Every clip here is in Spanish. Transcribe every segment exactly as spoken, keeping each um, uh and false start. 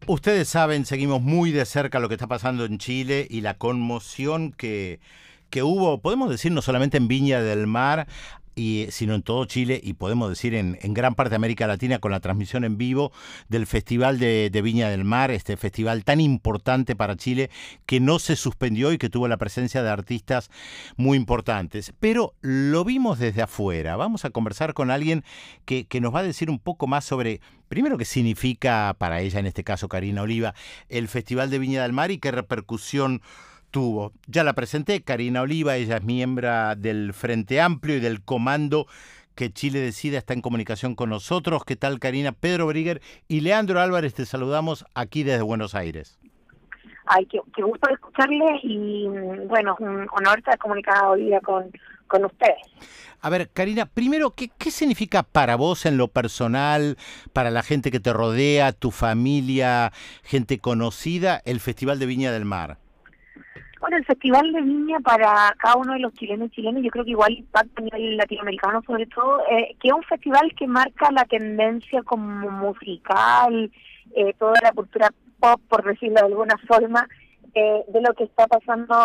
Ustedes saben, seguimos muy de cerca lo que está pasando en Chile y la conmoción que, que hubo, podemos decir, no solamente en Viña del Mar, y, sino en todo Chile y podemos decir en, en gran parte de América Latina con la transmisión en vivo del Festival de, de Viña del Mar, este festival tan importante para Chile que no se suspendió y que tuvo la presencia de artistas muy importantes. Pero lo vimos desde afuera. Vamos a conversar con alguien que, que nos va a decir un poco más sobre, primero, qué significa para ella, en este caso Karina Oliva, el Festival de Viña del Mar y qué repercusión tuvo. Ya la presenté, Karina Oliva, ella es miembro del Frente Amplio y del Comando que Chile Decida, está en comunicación con nosotros. ¿Qué tal, Karina? Pedro Brigger y Leandro Álvarez, te saludamos aquí desde Buenos Aires. Ay, qué, qué gusto escucharles y, bueno, un honor estar comunicada hoy día con, con ustedes. A ver, Karina, primero, ¿qué, ¿qué significa para vos en lo personal, para la gente que te rodea, tu familia, gente conocida, el Festival de Viña del Mar? Bueno, el Festival de Viña para cada uno de los chilenos y chilenos, yo creo que igual impacta a nivel latinoamericano sobre todo, eh, que es un festival que marca la tendencia como musical, eh, toda la cultura pop, por decirlo de alguna forma, eh, de lo que está pasando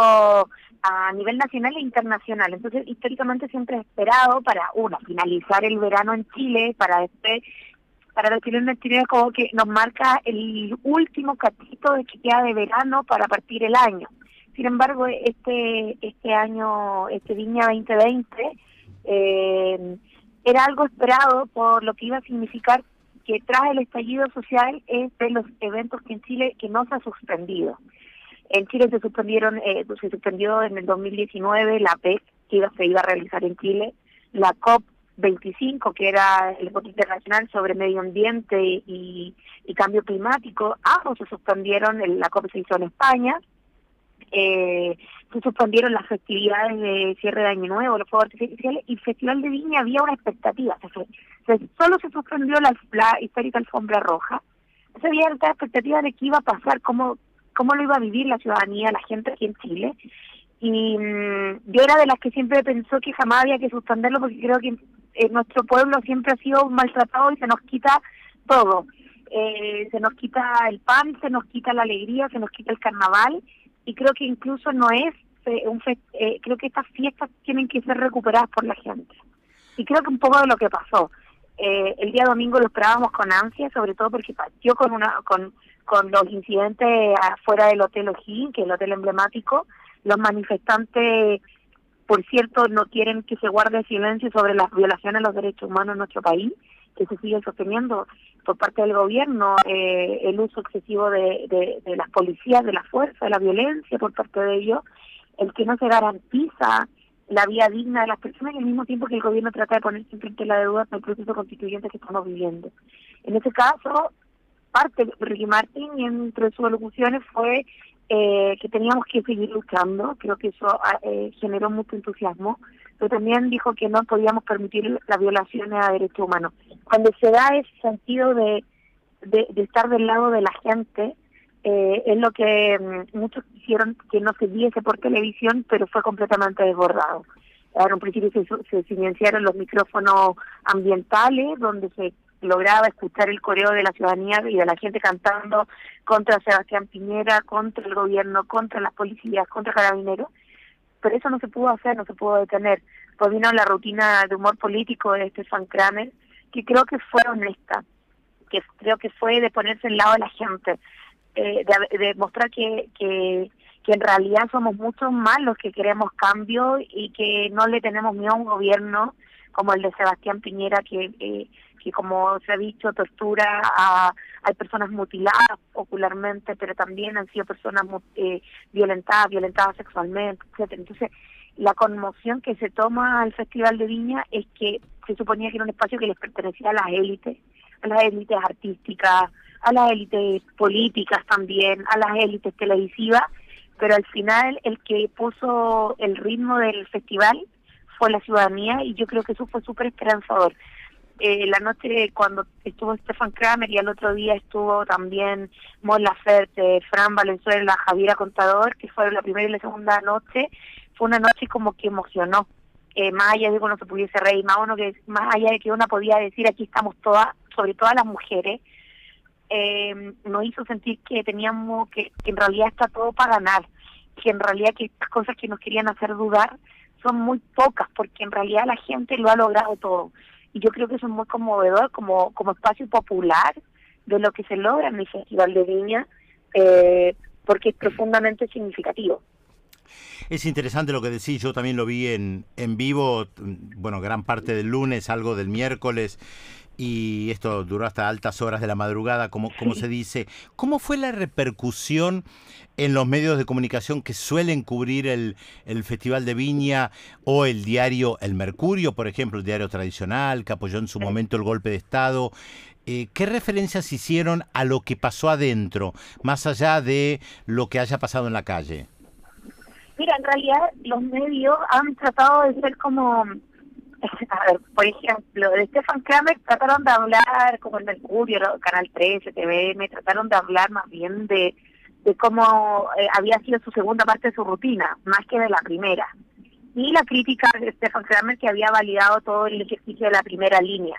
a nivel nacional e internacional. Entonces, históricamente siempre he esperado para, uno, finalizar el verano en Chile, para después, para los chilenos y chilenas como que nos marca el último cachito de que queda de verano para partir el año. Sin embargo, este este año, este Viña veinte veinte, eh, era algo esperado por lo que iba a significar que tras el estallido social es de los eventos que en Chile que no se ha suspendido. En Chile se suspendieron, eh, se suspendió en el dos mil diecinueve la P E C, que iba, se iba a realizar en Chile, la COP veinticinco, que era el encuentro internacional sobre medio ambiente y, y cambio climático, ambos se suspendieron, la COP se hizo en España. Eh, se suspendieron las festividades de cierre de Año Nuevo, los fuegos artificiales, y el Festival de Viña había una expectativa. Se fue, se, solo se suspendió la, la histórica alfombra roja. Se había esta expectativa de qué iba a pasar, cómo, cómo lo iba a vivir la ciudadanía, la gente aquí en Chile. Y mmm, yo era de las que siempre pensó que jamás había que suspenderlo porque creo que eh, nuestro pueblo siempre ha sido maltratado y se nos quita todo. Eh, se nos quita el pan, se nos quita la alegría, se nos quita el carnaval. Y creo que incluso no es eh, un fest eh, creo que estas fiestas tienen que ser recuperadas por la gente. Y creo que un poco de lo que pasó. Eh, el día domingo lo esperábamos con ansia, sobre todo porque partió con una con, con los incidentes afuera del Hotel O'Higgins, que es el hotel emblemático. Los manifestantes, por cierto, no quieren que se guarde silencio sobre las violaciones a los derechos humanos en nuestro país, que se sigue sosteniendo por parte del gobierno, eh, el uso excesivo de, de, de las policías, de la fuerza, de la violencia por parte de ellos, el que no se garantiza la vida digna de las personas y al mismo tiempo que el gobierno trata de poner siempre en la deuda el proceso constituyente que estamos viviendo. En ese caso, parte de Ricky Martin, y entre sus alocuciones fue eh, que teníamos que seguir luchando. Creo que eso eh, generó mucho entusiasmo, pero también dijo que no podíamos permitir las violaciones a derechos humanos. Cuando se da ese sentido de, de, de estar del lado de la gente, eh, es lo que um, muchos quisieron que no se viese por televisión, pero fue completamente desbordado. En un principio se, se silenciaron los micrófonos ambientales, donde se lograba escuchar el coreo de la ciudadanía y de la gente cantando contra Sebastián Piñera, contra el gobierno, contra las policías, contra Carabineros, pero eso no se pudo hacer, no se pudo detener. Pues vino la rutina de humor político de Stefan Kramer, que creo que fue honesta, que creo que fue de ponerse al lado de la gente, eh, de, de mostrar que, que, que en realidad somos muchos más los que queremos cambio y que no le tenemos miedo a un gobierno como el de Sebastián Piñera, que eh, que como se ha dicho, tortura a, hay personas mutiladas popularmente, pero también han sido personas eh, violentadas, violentadas sexualmente, etcétera. Entonces, la conmoción que se toma al Festival de Viña es que se suponía que era un espacio que les pertenecía a las élites, a las élites artísticas, a las élites políticas también, a las élites televisivas, pero al final el que puso el ritmo del festival fue la ciudadanía y yo creo que eso fue súper esperanzador. Eh, la noche cuando estuvo Stefan Kramer y al otro día estuvo también Mon Laferte, Fran Valenzuela, Javiera Contador, que fue la primera y la segunda noche, fue una noche como que emocionó, eh, más allá de que uno se pudiese reír, más, uno que, más allá de que uno podía decir aquí estamos todas, sobre todas las mujeres, eh, nos hizo sentir que teníamos, que, que en realidad está todo para ganar, que en realidad que estas cosas que nos querían hacer dudar son muy pocas, porque en realidad la gente lo ha logrado todo. Y yo creo que eso es muy conmovedor como, como espacio popular de lo que se logra en el Festival de Viña, eh, porque es profundamente significativo. Es interesante lo que decís, yo también lo vi en, en vivo, bueno, gran parte del lunes, algo del miércoles, y esto duró hasta altas horas de la madrugada, como, como se dice. ¿Cómo fue la repercusión en los medios de comunicación que suelen cubrir el, el Festival de Viña o el diario El Mercurio, por ejemplo, el diario tradicional, que apoyó en su momento el golpe de Estado? Eh, ¿Qué referencias hicieron a lo que pasó adentro, más allá de lo que haya pasado en la calle? Mira, en realidad los medios han tratado de ser como, a ver, por ejemplo, de Stefan Kramer trataron de hablar, como el Mercurio, Canal trece, T V M, trataron de hablar más bien de, de cómo eh, había sido su segunda parte de su rutina, más que de la primera. Y la crítica de Stefan Kramer, que había validado todo el ejercicio de la primera línea.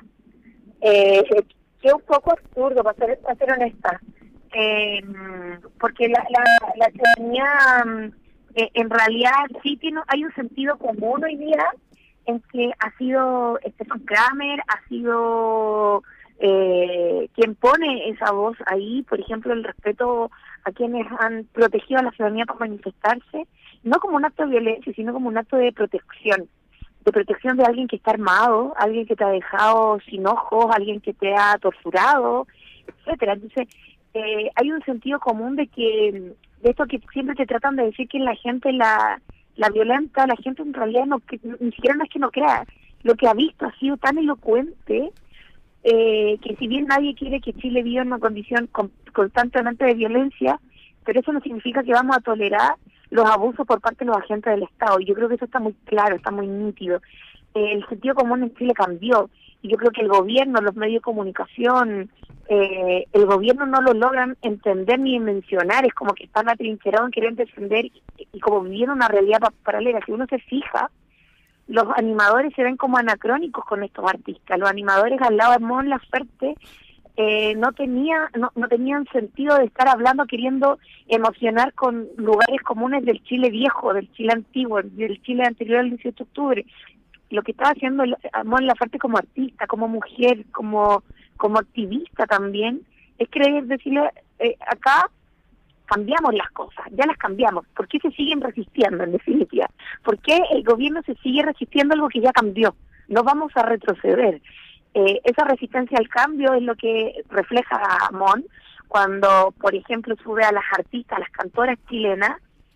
Eh, que es un poco absurdo, para ser, para ser honesta, eh, porque la, la, la ciudadanía... Eh, en realidad sí tiene, hay un sentido común hoy día en que ha sido Stefan Kramer, ha sido eh, quien pone esa voz ahí, por ejemplo, el respeto a quienes han protegido a la ciudadanía para manifestarse, no como un acto de violencia, sino como un acto de protección, de protección de alguien que está armado, alguien que te ha dejado sin ojos, alguien que te ha torturado, etcétera. Entonces, eh, hay un sentido común de que de esto que siempre te tratan de decir que la gente la la violenta, la gente en realidad no, que, ni siquiera no es que no crea, lo que ha visto ha sido tan elocuente eh, que si bien nadie quiere que Chile viva en una condición con, constantemente de violencia, pero eso no significa que vamos a tolerar los abusos por parte de los agentes del Estado, y yo creo que eso está muy claro, está muy nítido. Eh, el sentido común en Chile cambió, y yo creo que el gobierno, los medios de comunicación, eh, el gobierno no lo logran entender ni mencionar, es como que están atrincherados en querer defender y, y como viviendo una realidad pa paralela. Si uno se fija, los animadores se ven como anacrónicos con estos artistas. Los animadores al lado de Mon Laferte eh, no, tenía, no, no tenían sentido de estar hablando, queriendo emocionar con lugares comunes del Chile viejo, del Chile antiguo, del Chile anterior al dieciocho de octubre. Lo que estaba haciendo Mon Laferte como artista, como mujer, como como activista también, es querer decirle, eh, acá cambiamos las cosas, ya las cambiamos. ¿Por qué se siguen resistiendo, en definitiva? ¿Por qué el gobierno se sigue resistiendo a algo que ya cambió? No vamos a retroceder. Eh, esa resistencia al cambio es lo que refleja Mon cuando, por ejemplo, sube a las artistas, a las cantoras chilenas,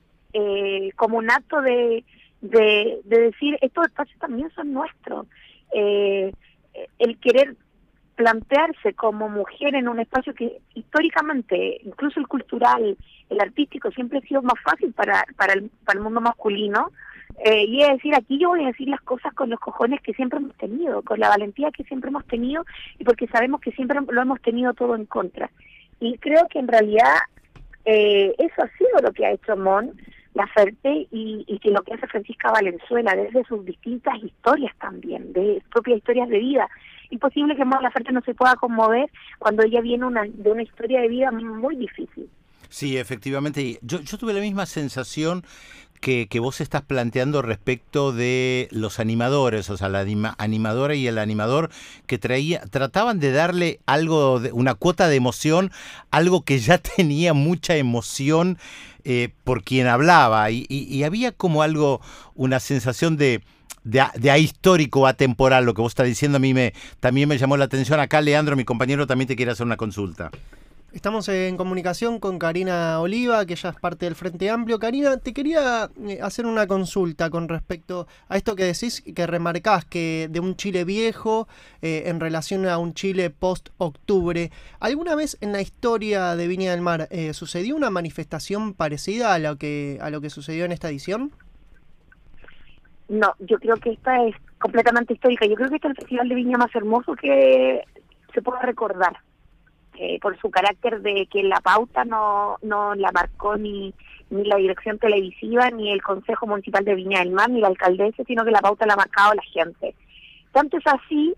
eh, como un acto de, de, de decir, estos espacios también son nuestros. Eh, el querer plantearse como mujer en un espacio que históricamente, incluso el cultural, el artístico, siempre ha sido más fácil para para el, para el mundo masculino, eh, y es decir, aquí yo voy a decir las cosas con los cojones que siempre hemos tenido, con la valentía que siempre hemos tenido, y porque sabemos que siempre lo hemos tenido todo en contra. Y creo que en realidad eh, eso ha sido lo que ha hecho Mon Laferte y, y que lo que hace Francisca Valenzuela desde sus distintas historias también, de propias historias de vida. Imposible que Mon Laferte no se pueda conmover cuando ella viene una, de una historia de vida muy difícil. Sí, efectivamente. Yo, yo tuve la misma sensación que, que vos estás planteando respecto de los animadores, o sea, la anima, animadora y el animador que traía, trataban de darle algo, de, una cuota de emoción, algo que ya tenía mucha emoción eh, por quien hablaba, y, y, y había como algo, una sensación de... De, de ahistórico, atemporal, lo que vos estás diciendo a mí me, también me llamó la atención. Acá Leandro, mi compañero, también te quiere hacer una consulta. Estamos en comunicación con Karina Oliva, que ella es parte del Frente Amplio. Karina, te quería hacer una consulta con respecto a esto que decís, que remarcás, que de un Chile viejo eh, en relación a un Chile post-octubre. ¿Alguna vez en la historia de Viña del Mar eh, sucedió una manifestación parecida a lo que, a lo que sucedió en esta edición? No, yo creo que esta es completamente histórica. Yo creo que este es el festival de Viña más hermoso que se pueda recordar, eh, por su carácter de que la pauta no no la marcó ni ni la dirección televisiva, ni el Consejo Municipal de Viña del Mar, ni la alcaldesa, sino que la pauta la ha marcado la gente. Tanto es así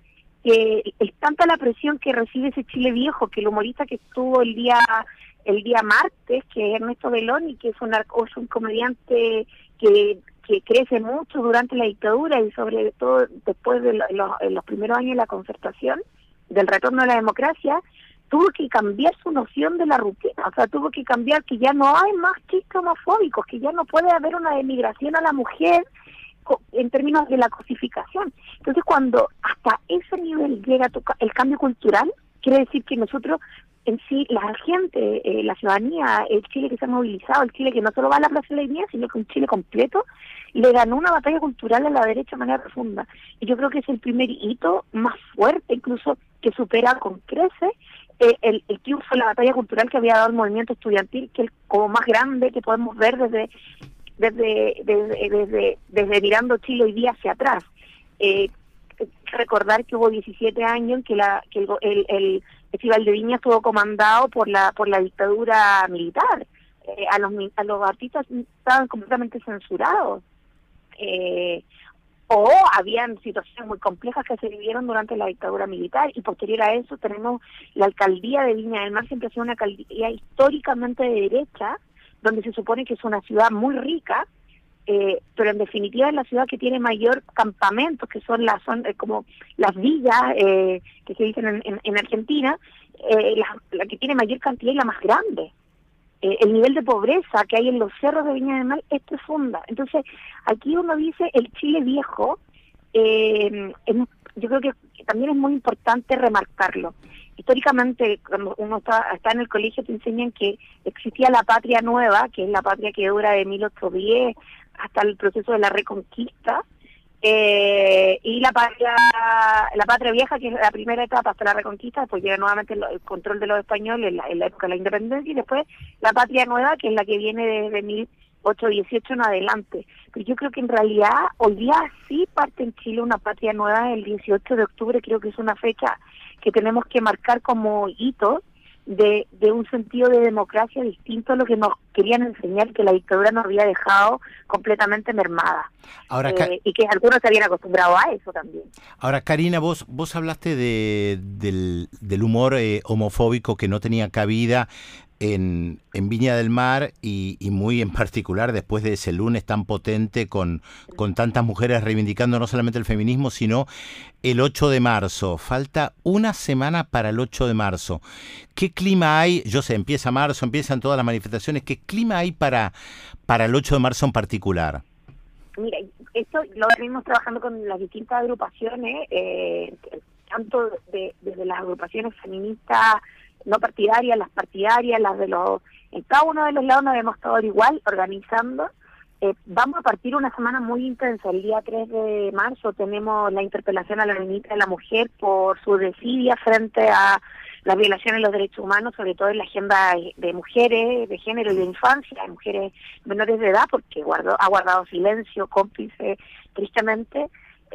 que es tanta la presión que recibe ese Chile viejo, que el humorista que estuvo el día el día martes, que es Ernesto Beloni, que es un, es un comediante que, que crece mucho durante la dictadura y sobre todo después de lo, lo, los primeros años de la Concertación, del retorno a la democracia, tuvo que cambiar su noción de la rutina, o sea, tuvo que cambiar que ya no hay más chistes homofóbicos, que ya no puede haber una denigración a la mujer en términos de la cosificación. Entonces, cuando hasta ese nivel llega el cambio cultural, quiere decir que nosotros, en sí, la gente, eh, la ciudadanía, el Chile que se ha movilizado, el Chile que no solo va a la Plaza de la Dignidad, sino que un Chile completo, le ganó una batalla cultural a la derecha de manera profunda. Y yo creo que es el primer hito más fuerte, incluso que supera con creces eh, el, el triunfo de la batalla cultural que había dado el movimiento estudiantil, que es como más grande que podemos ver desde desde desde desde, desde mirando Chile hoy día hacia atrás. Eh, recordar que hubo diecisiete años en que la que el, el, el Festival de Viña estuvo comandado por la por la dictadura militar. Eh, a los a los artistas estaban completamente censurados. Eh, o habían situaciones muy complejas que se vivieron durante la dictadura militar, y posterior a eso tenemos la alcaldía de Viña del Mar, siempre ha sido una alcaldía históricamente de derecha, donde se supone que es una ciudad muy rica, eh, pero en definitiva es la ciudad que tiene mayor campamentos, que son las son eh, como las villas eh, que se dicen en, en, en Argentina, eh, la, la que tiene mayor cantidad y la más grande. Eh, el nivel de pobreza que hay en los cerros de Viña del Mar es profunda. Entonces, aquí uno dice el Chile viejo, eh, es, yo creo que también es muy importante remarcarlo. Históricamente, cuando uno está, está en el colegio, te enseñan que existía la patria nueva, que es la patria que dura de mil ochocientos diez hasta el proceso de la Reconquista, eh, y la patria la patria vieja, que es la primera etapa hasta la Reconquista, después llega nuevamente el, el control de los españoles en la, en la época de la independencia, y después la patria nueva, que es la que viene desde mil ochocientos dieciocho en adelante. Pero yo creo que en realidad hoy día sí parte en Chile una patria nueva el dieciocho de octubre, creo que es una fecha que tenemos que marcar como hito de, de un sentido de democracia distinto a lo que nos querían enseñar, que la dictadura nos había dejado completamente mermada. Ahora, eh, y que algunos se habían acostumbrado a eso también. Ahora, Karina, vos vos hablaste de, del, del humor eh, homofóbico que no tenía cabida en, en Viña del Mar, y, y muy en particular después de ese lunes tan potente con, con tantas mujeres reivindicando no solamente el feminismo, sino el ocho de marzo. Falta una semana para el ocho de marzo. ¿Qué clima hay? Yo sé, empieza marzo, empiezan todas las manifestaciones. ¿Qué clima hay para, para el ocho de marzo en particular? Mira, esto lo venimos trabajando con las distintas agrupaciones, eh, tanto de, desde las agrupaciones feministas no partidarias, las partidarias, las de los... En cada uno de los lados nos hemos estado igual organizando. Eh, vamos a partir una semana muy intensa. El día tres de marzo tenemos la interpelación a la ministra de la Mujer por su desidia frente a las violaciones de los derechos humanos, sobre todo en la agenda de mujeres, de género y de infancia, de mujeres menores de edad, porque guardó, ha guardado silencio, cómplice, tristemente.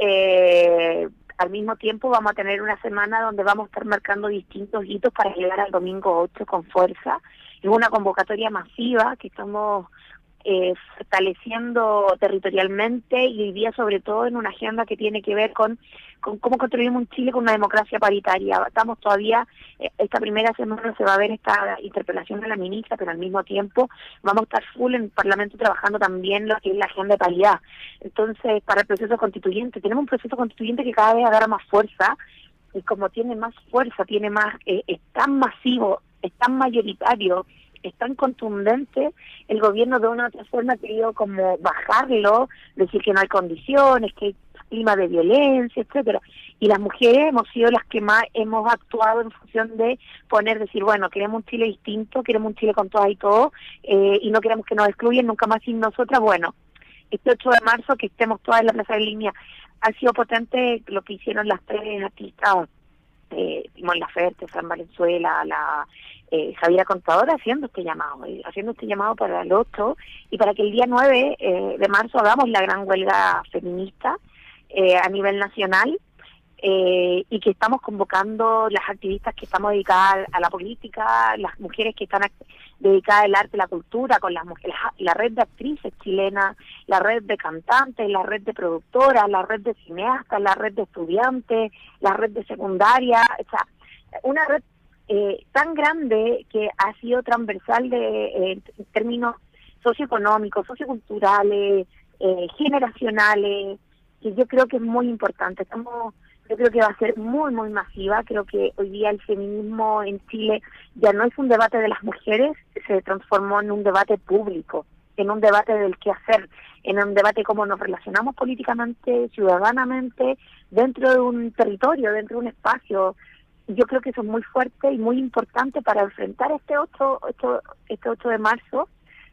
Eh, Al mismo tiempo vamos a tener una semana donde vamos a estar marcando distintos hitos para llegar al domingo ocho con fuerza. Es una convocatoria masiva que estamos eh, fortaleciendo territorialmente, y hoy día sobre todo en una agenda que tiene que ver con, con cómo construimos un Chile con una democracia paritaria. Estamos todavía, eh, esta primera semana se va a ver esta interpelación de la ministra, pero al mismo tiempo vamos a estar full en el Parlamento trabajando también lo que es la agenda de paridad. Entonces, para el proceso constituyente, tenemos un proceso constituyente que cada vez agarra más fuerza, y como tiene más fuerza, tiene más, eh, es tan masivo, es tan mayoritario, es tan contundente, el gobierno de una u otra forma ha querido como bajarlo, decir que no hay condiciones, que hay clima de violencia, etcétera. Y las mujeres hemos sido las que más hemos actuado en función de poner, decir, bueno, queremos un Chile distinto, queremos un Chile con todas y todo, eh, y no queremos que nos excluyan nunca más sin nosotras. Bueno, este ocho de marzo, que estemos todas en la Plaza de Línea, ha sido potente lo que hicieron las tres artistas, eh, Mon Laferte, Fran Valenzuela, la eh, Javiera Contadora, haciendo este llamado, eh, haciendo este llamado para el ocho, y para que el día nueve eh, de marzo hagamos la gran huelga feminista eh, a nivel nacional, eh, y que estamos convocando las activistas que estamos dedicadas a la política, las mujeres que están dedicadas al arte y la cultura, con las mujeres, la red de actrices chilenas, la red de cantantes, la red de productoras, la red de cineastas, la red de estudiantes, la red de secundaria, o sea, una red eh, tan grande que ha sido transversal de eh, en términos socioeconómicos, socioculturales, eh, generacionales, que yo creo que es muy importante. Estamos, yo creo que va a ser muy, muy masiva. Creo que hoy día el feminismo en Chile ya no es un debate de las mujeres, se transformó en un debate público, en un debate del qué hacer, en un debate de cómo nos relacionamos políticamente, ciudadanamente, dentro de un territorio, dentro de un espacio. Yo creo que eso es muy fuerte y muy importante para enfrentar este ocho, ocho, este ocho de marzo.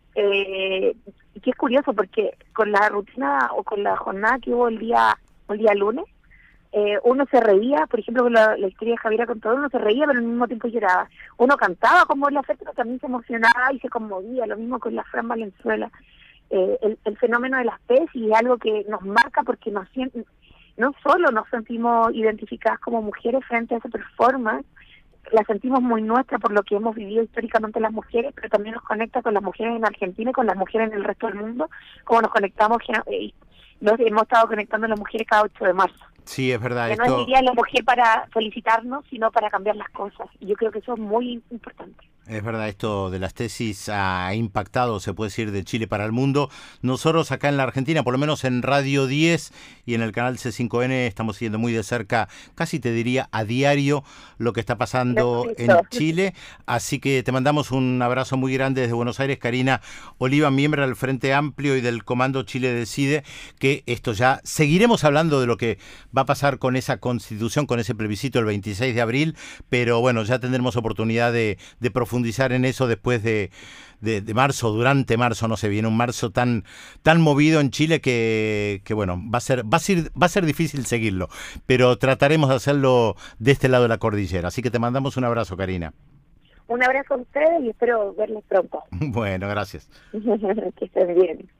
Eh, y que es curioso porque con la rutina o con la jornada que hubo el día el día lunes, eh, uno se reía, por ejemplo, con la, la historia de Javiera Contador, uno se reía pero al mismo tiempo lloraba. Uno cantaba como la Fe, pero también se emocionaba y se conmovía, lo mismo con la Fran Valenzuela. Eh, el, el fenómeno de las tesis es algo que nos marca porque nos sienten, no solo nos sentimos identificadas como mujeres frente a esa performance, la sentimos muy nuestra por lo que hemos vivido históricamente las mujeres, pero también nos conecta con las mujeres en Argentina y con las mujeres en el resto del mundo, como nos conectamos, eh, nos hemos estado conectando las mujeres cada ocho de marzo. Sí, es verdad. Que esto... no es el día de la mujer para felicitarnos, sino para cambiar las cosas. Y yo creo que eso es muy importante. Es verdad, esto de las tesis ha impactado, se puede decir, de Chile para el mundo. Nosotros acá en la Argentina, por lo menos en Radio diez y en el canal C cinco N, estamos siguiendo muy de cerca, casi te diría a diario, lo que está pasando en Chile. Así que te mandamos un abrazo muy grande desde Buenos Aires, Karina Oliva, miembro del Frente Amplio y del Comando Chile Decide, que esto ya seguiremos hablando de lo que va a pasar con esa constitución, con ese plebiscito el veintiséis de abril, pero bueno, ya tendremos oportunidad de, de profundizar en eso después de, de, de marzo, durante marzo, no sé, viene un marzo tan tan movido en Chile que, que bueno, va a ser va a ser va a ser difícil seguirlo, pero trataremos de hacerlo de este lado de la cordillera, así que te mandamos un abrazo, Karina. Un abrazo a ustedes y espero verles pronto. Bueno, gracias. Que estén bien.